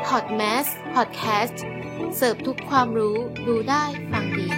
พอดแมสพอดแคสต์เสิร์ฟทุกความรู้ดูได้ฟังดี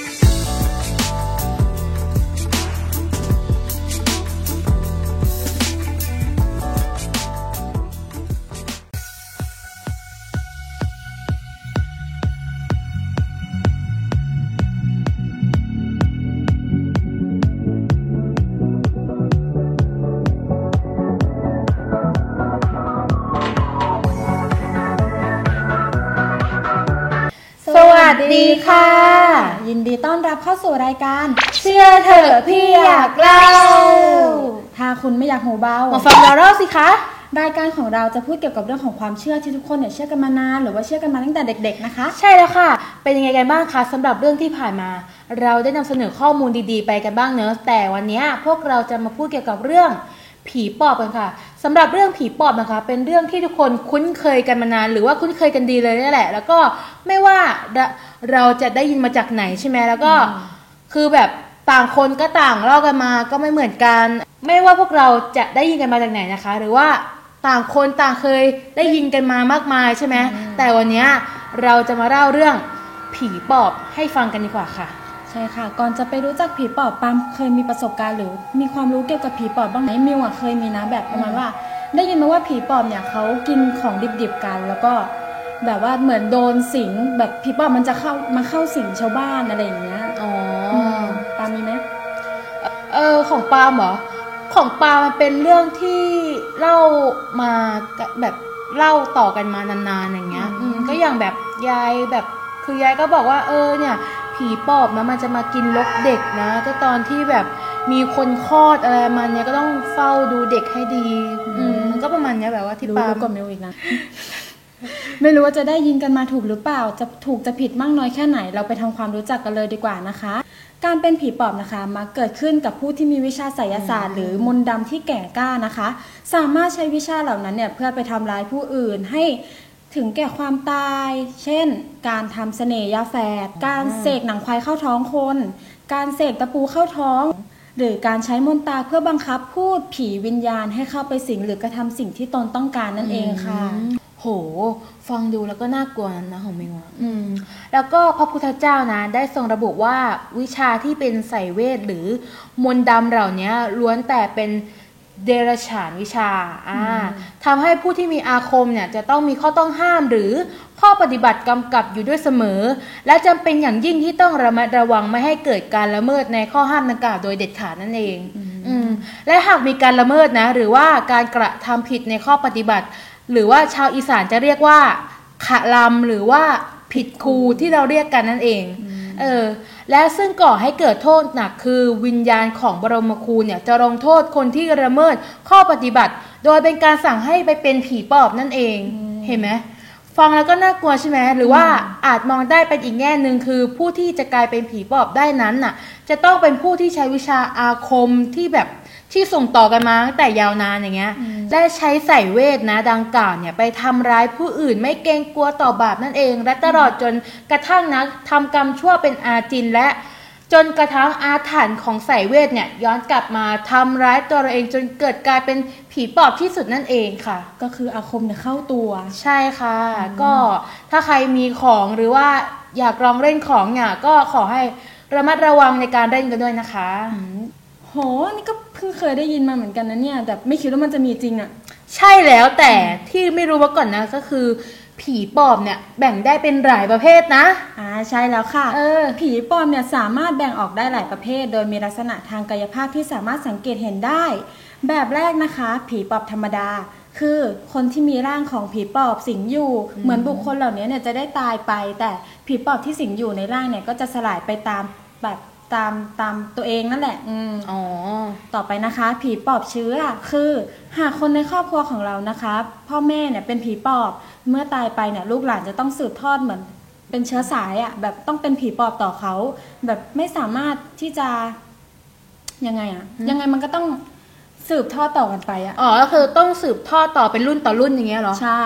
สวัสดีค่ะยินดีต้อนรับเข้าสู่รายการเชื่อเถอะพี่อยากเล่าถ้าคุณไม่อยากหูเบามาฟังเราเล่าสิคะรายการของเราจะพูดเกี่ยวกับเรื่องของความเชื่อที่ทุกคนเนี่ยเชื่อกันมานานหรือว่าเชื่อกันมาตั้งแต่เด็กๆนะคะใช่แล้วค่ะเป็นยังไงกันบ้างคะสำหรับเรื่องที่ผ่านมาเราได้นำเสนอข้อมูลดีๆไปกันบ้างเนอะแต่วันนี้พวกเราจะมาพูดเกี่ยวกับเรื่องผีปอบกันค่ะสำหรับเรื่องผีปอบนะคะเป็นเรื่องที่ทุกคนคุ้นเคยกันมานานหรือว่าคุ้นเคยกันดีเลยนี่แหละแล้วก็ไม่ว่าเราจะได้ยินมาจากไหนใช่ไหมแล้วก็คือแบบต่างคนก็ต่างเล่ากันมาก็ไม่เหมือนกันไม่ว่าพวกเราจะได้ยินกันมาจากไหนนะคะหรือว่าต่างคนต่างเคยได้ยินกันมามากมายใช่ไหมแต่วันนี้เราจะมาเล่าเรื่องผีปอบให้ฟังกันดีกว่าค่ะใช่ค่ะก่อนจะไปรู้จักผีปอบปามเคยมีประสบการณ์หรือมีความรู้เกี่ยวกับผีปอบบ้างไหมมิวอ่ะเคยมีนะแบบประมาณว่าได้ยินมาว่าผีปอบเนี่ยเขากินของดิบๆกันแล้วก็แบบว่าเหมือนโดนสิงแบบผีปอบมันจะเข้าสิงชาวบ้านอะไรอย่างเงี้ยอ๋อปามมีไหมของปามเหรอของปามมันเป็นเรื่องที่เล่ามาแบบเล่าต่อกันมานานๆอย่างเงี้ยก็อย่างแบบยายแบบคือยายก็บอกว่าเนี่ยผีปอบนะมันจะมากินลกเด็กนะก็ตอนที่แบบมีคนคลอดอะไรมันเนี่ยก็ต้องเฝ้าดูเด็กให้ดีมันก็ประมาณนี้แบบว่าที่ปามกว่ามิวอีกนะ ไม่รู้ว่าจะได้ยินกันมาถูกหรือเปล่าจะถูกจะผิดมากน้อยแค่ไหนเราไปทำความรู้จักกันเลยดีกว่านะคะการเป็นผีปอบนะคะมักเกิดขึ้นกับผู้ที่มีวิชาไสยศาสตร์หรือมนต์ดำที่แก่กล้านะคะสามารถใช้วิชาเหล่านั้นเนี่ยเพื่อไปทำร้ายผู้อื่นให้ถึงแก่ความตายเช่นการทำเสน่ห์ยาแฝดการเสกหนังควายเข้าท้องคนการเสกตะปูเข้าท้องหรือการใช้มนตราเพื่อบังคับพูดผีวิญญาณให้เข้าไปสิงหรือกระทำสิ่งที่ตนต้องการนั่นเองค่ะโหฟังดูแล้วก็น่ากลัวนะของมิวแล้วก็พระพุทธเจ้านะได้ทรงระบุว่าวิชาที่เป็นไสยเวทหรือมนต์ดำเหล่านี้ล้วนแต่เป็นเดรัจฉานวิชาทำให้ผู้ที่มีอาคมเนี่ยจะต้องมีข้อต้องห้ามหรือข้อปฏิบัติกำกับอยู่ด้วยเสมอและจำเป็นอย่างยิ่งที่ต้องระมัดระวังไม่ให้เกิดการละเมิดในข้อห้ามดังกล่าวโดยเด็ดขาดนั่นเองและหากมีการละเมิดนะหรือว่าการกระทำผิดในข้อปฏิบัติหรือว่าชาวอีสานจะเรียกว่าขะลำหรือว่าผิดครูที่เราเรียกกันนั่นเองและซึ่งก่อให้เกิดโทษหนักคือวิญญาณของบรมครูเนี่ยจะลงโทษคนที่ละเมิดข้อปฏิบัติโดยเป็นการสั่งให้ไปเป็นผีปอบนั่นเองเห็นไหมฟังแล้วก็น่ากลัวใช่ไหมหรือว่าอาจมองได้เป็นอีกแง่นึงคือผู้ที่จะกลายเป็นผีปอบได้นั้นน่ะจะต้องเป็นผู้ที่ใช้วิชาอาคมที่แบบที่ส่งต่อกันมาตั้งแต่ยาวนานอย่างเงี้ยและใช้ไสยเวทนะดังกล่าวเนี่ยไปทำร้ายผู้อื่นไม่เกรงกลัวต่อบาปนั่นเองและตลอดจนกระทั่งนะทำกรรมชั่วเป็นอาจินและจนกระทั่งอาถรรพ์ของไสยเวทเนี่ยย้อนกลับมาทำร้ายตัวเราเองจนเกิดกลายเป็นผีปอบที่สุดนั่นเองค่ะก็คืออาคมเนี่ยเข้าตัวใช่ค่ะก็ถ้าใครมีของหรือว่าอยากลองเล่นของเนี่ยก็ขอให้ระมัดระวังในการเล่นกันด้วยนะคะโหนี่ก็เพิ่งเคยได้ยินมาเหมือนกันนะเนี่ยแต่ไม่คิดว่ามันจะมีจริงอ่ะใช่แล้วแต่ที่ไม่รู้มาก่อนนะก็คือผีปอบเนี่ยแบ่งได้เป็นหลายประเภทนะใช่แล้วค่ะผีปอบเนี่ยสามารถแบ่งออกได้หลายประเภทโดยมีลักษณะทางกายภาพที่สามารถสังเกตเห็นได้แบบแรกนะคะผีปอบธรรมดาคือคนที่มีร่างของผีปอบสิงอยู่เหมือนบุคคลเหล่านี้เนี่ยจะได้ตายไปแต่ผีปอบที่สิงอยู่ในร่างเนี่ยก็จะสลายไปตามแบบตามตัวเองนั่นแหละต่อไปนะคะผีปอบเชื้อคือหากคนในครอบครัวของเรานะคะพ่อแม่เนี่ยเป็นผีปอบเมื่อตายไปเนี่ยลูกหลานจะต้องสืบทอดเหมือนเป็นเชื้อสายอ่ะแบบต้องเป็นผีปอบต่อเขาแบบไม่สามารถที่จะยังไงมันก็ต้องสืบทอดต่อกันไปอ่ะก็คือต้องสืบทอดต่อเป็นรุ่นต่อรุ่นอย่างเงี้ยเหรอใช่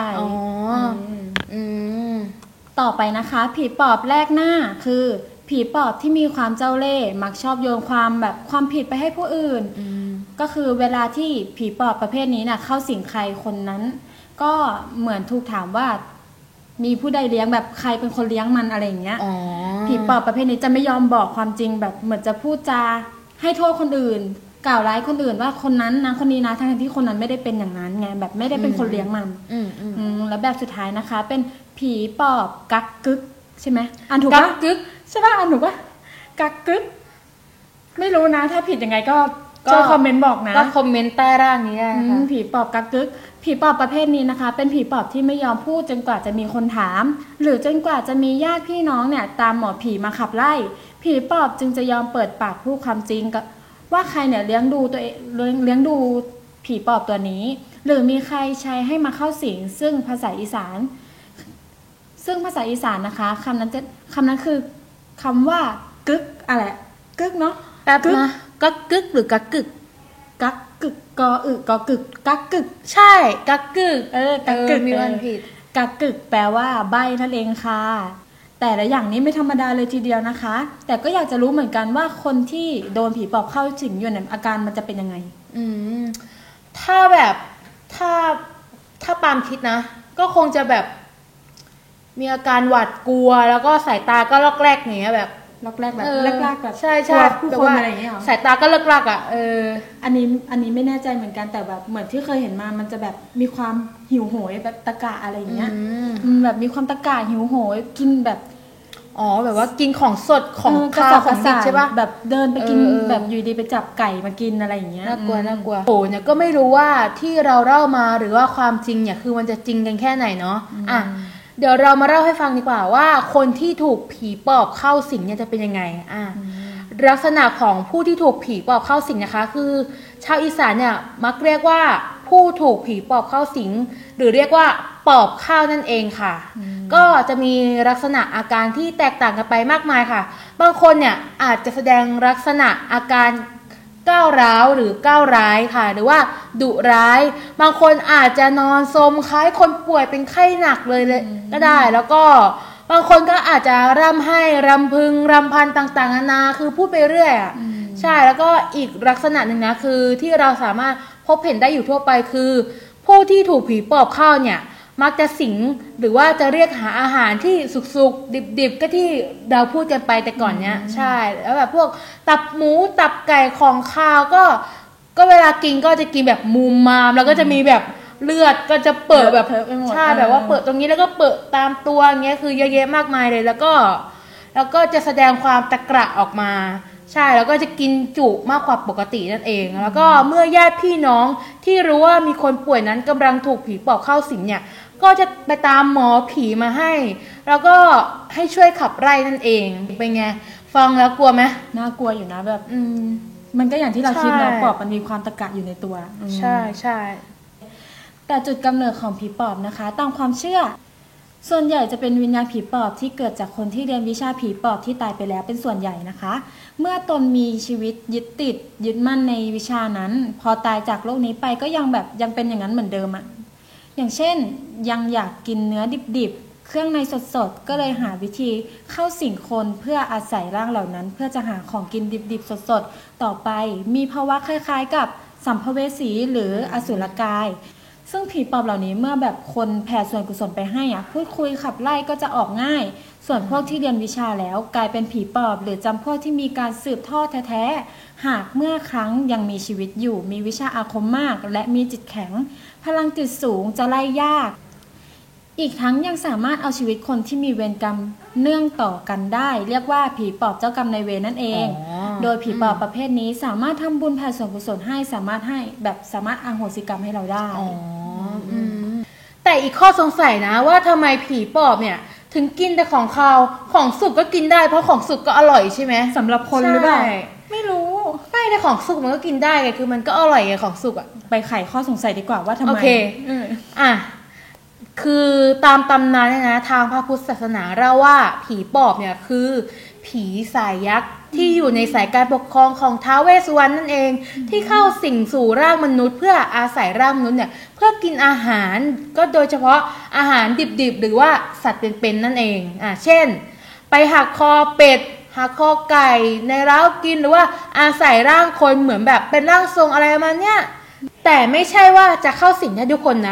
ต่อไปนะคะผีปอบแรกหน้าคือผีปอบที่มีความเจ้าเล่ห์มักชอบโยนความผิดไปให้ผู้อื่นก็คือเวลาที่ผีปอบประเภทนี้น่ะเข้าสิงใครคนนั้นก็เหมือนถูกถามว่ามีผู้ใดเลี้ยงแบบใครเป็นคนเลี้ยงมันอะไรอย่างเงี้ยอ๋อผีปอบประเภทนี้จะไม่ยอมบอกความจริงแบบเหมือนจะพูดจาให้โทษคนอื่นกล่าวร้ายคนอื่นว่าคนนั้นนะคนนี้นะทั้งที่คนนั้นไม่ได้เป็นอย่างนั้นไงแบบไม่ได้เป็นคนเลี้ยงมันแล้วแบบสุดท้ายนะคะ เป็นผีปอบกักกึกใช่ไหมอ่านถูกปะกักกึกใช่ปะอ่านถูกปะกักกึกไม่รู้นะถ้าผิดยังไงก็ช่วยคอมเมนต์บอกนะก็คอมเมนต์ใต้ร่างนี้ได้นะคะผีปอบกักกึกผีปอบประเภทนี้นะคะ เป็นผีปอบที่ไม่ยอมพูดจนกว่าจะมีคนถาม หรือจนกว่าจะมีญาติพี่น้องเนี่ยตามหมอผีมาขับไล่ผีปอบจึงจะยอมเปิดปากพูดความจริงกับว่าใครเนี่ยเลี้ยงดูตัวเองเลี้ยงดูผีปอบตัวนี้ หรือมีใครใช้ให้มาเข้าสิงซึ่งภาษาอีสานนะคะคำนั้นคือคำว่ากึกอะไรกึกเนาะแป๊บนะกักกึกหรือกักกึกกักกึกกออึกอกึกกักกึกใช่กักกึกกักกึกมีวันผิดกักกึกแปลว่าใบ้นั่นเองค่ะแต่ละอย่างนี้ไม่ธรรมดาเลยทีเดียวนะคะแต่ก็อยากจะรู้เหมือนกันว่าคนที่โดนผีปอบเข้าสิงอยู่เนี่ยอาการมันจะเป็นยังไงถ้าแบบถ้าปามคิดนะ ก็คงจะแบบมีอาการหวาดกลัวแล้วก็สายตาก็ลอกแรกอย่างเงี้ยแบบลอกแรกแบบแรกๆแบบใช่กลัวผู้คนอะไรอย่างเงี้ยหรอสายตาก็เลิกลักอ่ะอันนี้ไม่แน่ใจเหมือนกันแต่แบบเหมือนที่เคยเห็นมามันจะแบบมีความหิวโหยแบบตะกะอะไรอย่างเงี้ยแบบมีความตะกะหิวโหยกินแบบแบบว่ากินของสดของคาวของดิบใช่ปะแบบเดินไปกินแบบอยู่ดีไปจับไก่มากินอะไรอย่างเงี้ยน่ากลัวโอ้เนี่ยก็ไม่รู้ว่าที่เราเล่ามาหรือว่าความจริงเนี่ยคือมันจะจริงกันแค่ไหนเนาะเดี๋ยวเรามาเล่าให้ฟังดีกว่าว่าคนที่ถูกผีปอบเข้าสิงเนี่ยจะเป็นยังไงลักษณะของผู้ที่ถูกผีปอบเข้าสิงนะคะคือชาวอีสานเนี่ยมักเรียกว่าผู้ถูกผีปอบเข้าสิงหรือเรียกว่าปอบเข้านั่นเองค่ะก็จะมีลักษณะอาการที่แตกต่างกันไปมากมายค่ะบางคนเนี่ยอาจจะแสดงลักษณะอาการก้าวร้าวหรือก้าวร้ายค่ะหรือว่าดุร้ายบางคนอาจจะนอนสมคล้ายคนป่วยเป็นไข้หนักเลยก็ได้แล้วก็บางคนก็อาจจะร่ำไห้รำพึงรำพันต่างๆนานาคือพูดไปเรื่อยใช่แล้วก็อีกลักษณะหนึ่งนะคือที่เราสามารถพบเห็นได้อยู่ทั่วไปคือผู้ที่ถูกผีปอบเข้าเนี่ยมักจะสิงหรือว่าจะเรียกหาอาหารที่สุกๆดิบๆก็ที่เราพูดกันไปแต่ก่อนเนี้ยใช่แล้วแบบพวกตับหมูตับไก่ของคาวก็เวลากินก็จะกินแบบมูมมามแล้วก็จะมีแบบเลือดก็จะเปิดแบบใช่แบบว่าเปิดตรงนี้แล้วก็เปิดตามตัวอย่างเงี้ยคือเยอะแยะมากมายเลยแล้วก็จะแสดงความตะกระออกมาใช่แล้วก็จะกินจุมากกว่าปกตินั่นเองแล้วก็เมื่อญาติพี่น้องที่รู้ว่ามีคนป่วยนั้นกำลังถูกผีปอบเข้าสิงเนี่ยก็จะไปตามหมอผีมาให้แล้วก็ให้ช่วยขับไล่นั่นเองเป็นไงฟังแล้วกลัวไหมน่ากลัวอยู่นะแบบมันก็อย่างที่เราคิดเนาะปอบมันมีความตะกะอยู่ในตัวใช่ใช่แต่จุดกำเนิดของผีปอบนะคะตามความเชื่อส่วนใหญ่จะเป็นวิญญาณผีปอบที่เกิดจากคนที่เรียนวิชาผีปอบที่ตายไปแล้วเป็นส่วนใหญ่นะคะเมื่อตนมีชีวิตยึดมั่นในวิชานั้นพอตายจากโลกนี้ไปก็ยังเป็นอย่างนั้นเหมือนเดิมอะอย่างเช่นยังอยากกินเนื้อดิบๆเครื่องในสดๆก็เลยหาวิธีเข้าสิงคนเพื่ออาศัยร่างเหล่านั้นเพื่อจะหาของกินดิบๆสดๆต่อไปมีภาวะคล้ายๆกับสัมภเวสีหรืออสุรกายซึ่งผีปอบเหล่านี้เมื่อแบบคนแผ่ส่วนกุศลไปให้พูดคุยขับไล่ก็จะออกง่ายส่วนพวกที่เรียนวิชาแล้วกลายเป็นผีปอบหรือจำพวกที่มีการสืบทอดแท้ๆหากเมื่อครั้งยังมีชีวิตอยู่มีวิชาอาคมมากและมีจิตแข็งพลังจิตสูงจะไล่ยากอีกทั้งยังสามารถเอาชีวิตคนที่มีเวรกรรมเนื่องต่อกันได้เรียกว่าผีปอบเจ้ากรรมนายเวรนั่นเองโดยผีปอบประเภทนี้สามารถทำบุญแผ่ส่วนกุศลให้สามารถอโหสิกรรมให้เราได้แต่อีกข้อสงสัยนะว่าทำไมผีปอบเนี่ยถึงกินแต่ของคาวของสุกก็กินได้เพราะของสุกก็อร่อยใช่ไหมสำหรับคนหรือเปล่าไม่รู้ไม่แต่ของสุกมันก็กินได้ไงคือมันก็อร่อยไงของสุกไปไขข้อสงสัยดีกว่าว่าทำไมโอเคคือตามตำนานเนี่ยนะทางพระพุทธศาสนาเล่าว่าผีปอบเนี่ยคือผีสายยักษ์ที่อยู่ในสายการปกครองของท้าวเวสสุวรรณนั่นเองที่เข้าสิงสู่ร่างมนุษย์เพื่ออาศัยร่างมนุษย์เนี่ยเพื่อกินอาหารก็โดยเฉพาะอาหารดิบๆหรือว่าสัตว์เป็นๆนั่นเองเช่นไปหักคอเป็ดหักคอไก่ในเล้ากินหรือว่าอาศัยร่างคนเหมือนแบบเป็นร่างทรงอะไรประมาณเนี้ยแต่ไม่ใช่ว่าจะเข้าสิงได้ทุกคนนะจ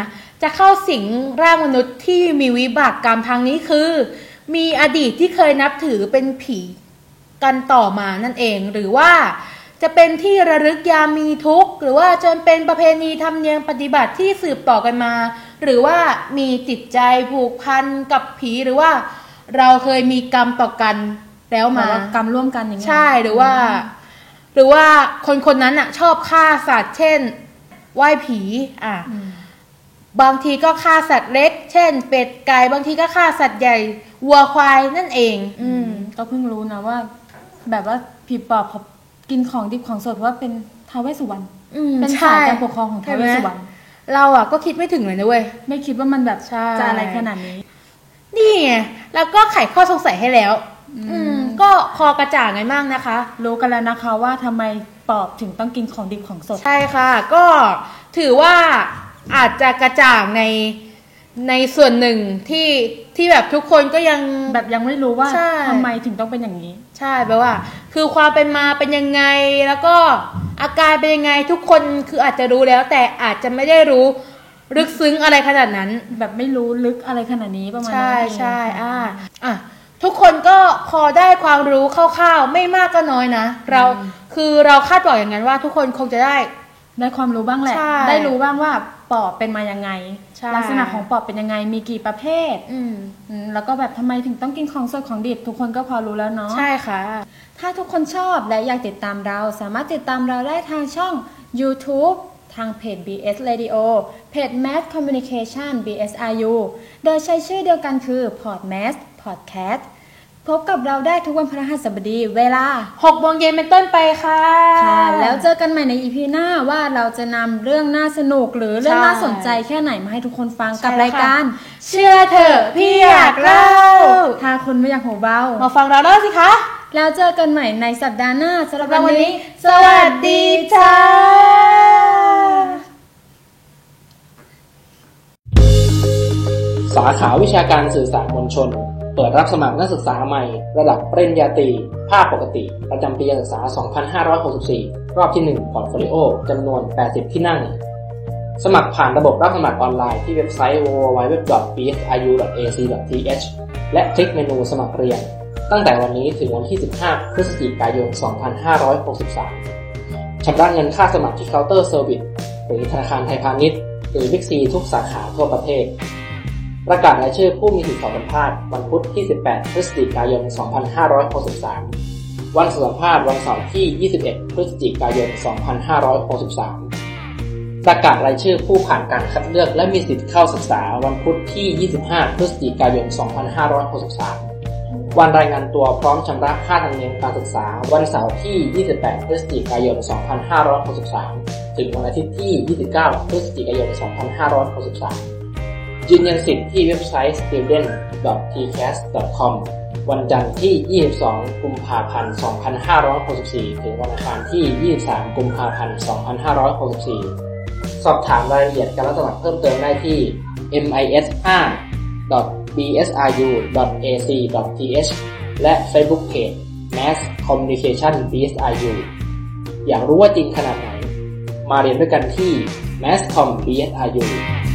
จะเข้าสิงร่างมนุษย์ที่มีวิบากกรรมทางนี้คือมีอดีตที่เคยนับถือเป็นผีกันต่อมานั่นเองหรือว่าจะเป็นที่ระลึกยามมีทุกข์หรือว่าจนเป็นประเพณีธรรมเนียมปฏิบัติที่สืบต่อกันมาหรือว่ามีจิตใจผูกพันกับผีหรือว่าเราเคยมีกรรมต่อกันแล้วมากรรมร่วมกันอย่างนี้ใช่หรือว่าคนนั้นชอบฆ่าสัตว์เช่นไหว้ผีบางทีก็ฆ่าสัตว์เล็กเช่นเป็ดไก่บางทีก็ฆ่าสัตว์ใหญ่วัวควายนั่นเองก็เพิ่งรู้นะว่าแบบว่าผีปอบเขากินของดิบของสดเพราะว่าเป็นท้าวเวสสุวรรณเป็นศาลการปกครองของท้าวเวสสุวรรณเราก็คิดไม่ถึงเลยนะเว้ยไม่คิดว่ามันแบบจะอะไรขนาดนี้นี่ไงแล้วก็ไขข้อสงสัยให้แล้วก็คอกระจ่างไงมั่งนะคะรู้กันแล้วนะคะว่าทำไมปอบถึงต้องกินของดิบของสดใช่ค่ะก็ถือว่าอาจจะกระจ่างในส่วนหนึ่งที่แบบทุกคนก็ยังไม่รู้ว่าทำไมถึงต้องเป็นอย่างนี้ใช่แปลว่าคือความเป็นมาเป็นยังไงแล้วก็อาการเป็นยังไงทุกคนคืออาจจะรู้แล้วแต่อาจจะไม่ได้รู้ลึกซึ้งอะไรขนาดนั้นแบบไม่รู้ลึกอะไรขนาดนี้ประมาณนั้นใช่ทุกคนก็พอได้ความรู้คร่าวๆไม่มากก็น้อยนะเราคาดหวังอย่างนั้นว่าทุกคนคงจะได้ความรู้บ้างแหละได้รู้บ้างว่าปอบเป็นมายังไงลักษณะของปอบเป็นยังไงมีกี่ประเภทแล้วก็แบบทำไมถึงต้องกินของสดของดิบทุกคนก็พอรู้แล้วเนาะใช่ค่ะถ้าทุกคนชอบและอยากติดตามเราสามารถติดตามเราได้ทางช่อง YouTube ทางเพจ BS Radio เพจ Mass Communication BSRU โดยใช้ชื่อเดียวกันคือ Podmass Podcast พบกับเราได้ทุกวันพฤหัสบดีเวลา 6 โมงเย็นเป็นต้นไปค่ะแล้วเจอกันใหม่ใน EP หน้าว่าเราจะนำเรื่องน่าสนุกหรือเรื่องน่าสนใจแค่ไหนมาให้ทุกคนฟังกับรายการเชื่อเถอะพี่อยากเล่าถ้าคุณไม่อยากหูเบามาฟังเราเล่าสิคะแล้วเจอกันใหม่ในสัปดาห์หน้าสำหรับวันนี้สวัสดีจ้าสาขาวิชาการสื่อสารมวลชนเปิดรับสมัครนักศึกษาใหม่ระดับปริญญาตรีภาคปกติประจำปีการศึกษา 2564 รอบที่ 1 พอร์ตโฟลิโอจำนวน 80 ที่นั่งสมัครผ่านระบบรับสมัครออนไลน์ที่เว็บไซต์ www.bsiu.ac.th และคลิกเมนูสมัครเรียนตั้งแต่วันนี้ถึงวันที่ 15 พฤศจิกายน 2563 ชำระเงินค่าสมัครที่เคาน์เตอร์เซอร์วิสหรือธนาคารไทยพาณิชย์หรือบิ๊กซีทุกสาขาทั่วประเทศประกาศรายชื่อผู้มีสิทธิสอบสัมภาษณ์วันพุธที่ 18 พฤศจิกายน 2563 วันสัมภาษณ์วันเสาร์ที่ 21 พฤศจิกายน 2563 ประกาศรายชื่อผู้ผ่านการคัดเลือกและมีสิทธิ์เข้าศึกษาวันพุธที่ 25 พฤศจิกายน 2563 วันรายงานตัวพร้อมชำระค่าธรรมเนียมการศึกษาวันเสาร์ที่ 28 พฤศจิกายน 2563 ถึงวันอาทิตย์ที่ 29 พฤศจิกายน 2563ยืนยันสิทธิ์ที่เว็บไซต์ student.tcas.com วันจันทร์ที่ 22 กุมภาพันธ์ 2564 ถึงวันอังคารที่ 23 กุมภาพันธ์ 2564 สอบถามรายละเอียดการรับสมัครเพิ่มเติมได้ที่ mis5.bsiu.ac.th และ Facebook Page Mass Communication BSRU อยากรู้ว่าจริงขนาดไหนมาเรียนด้วยกันที่ Mass Com BSRU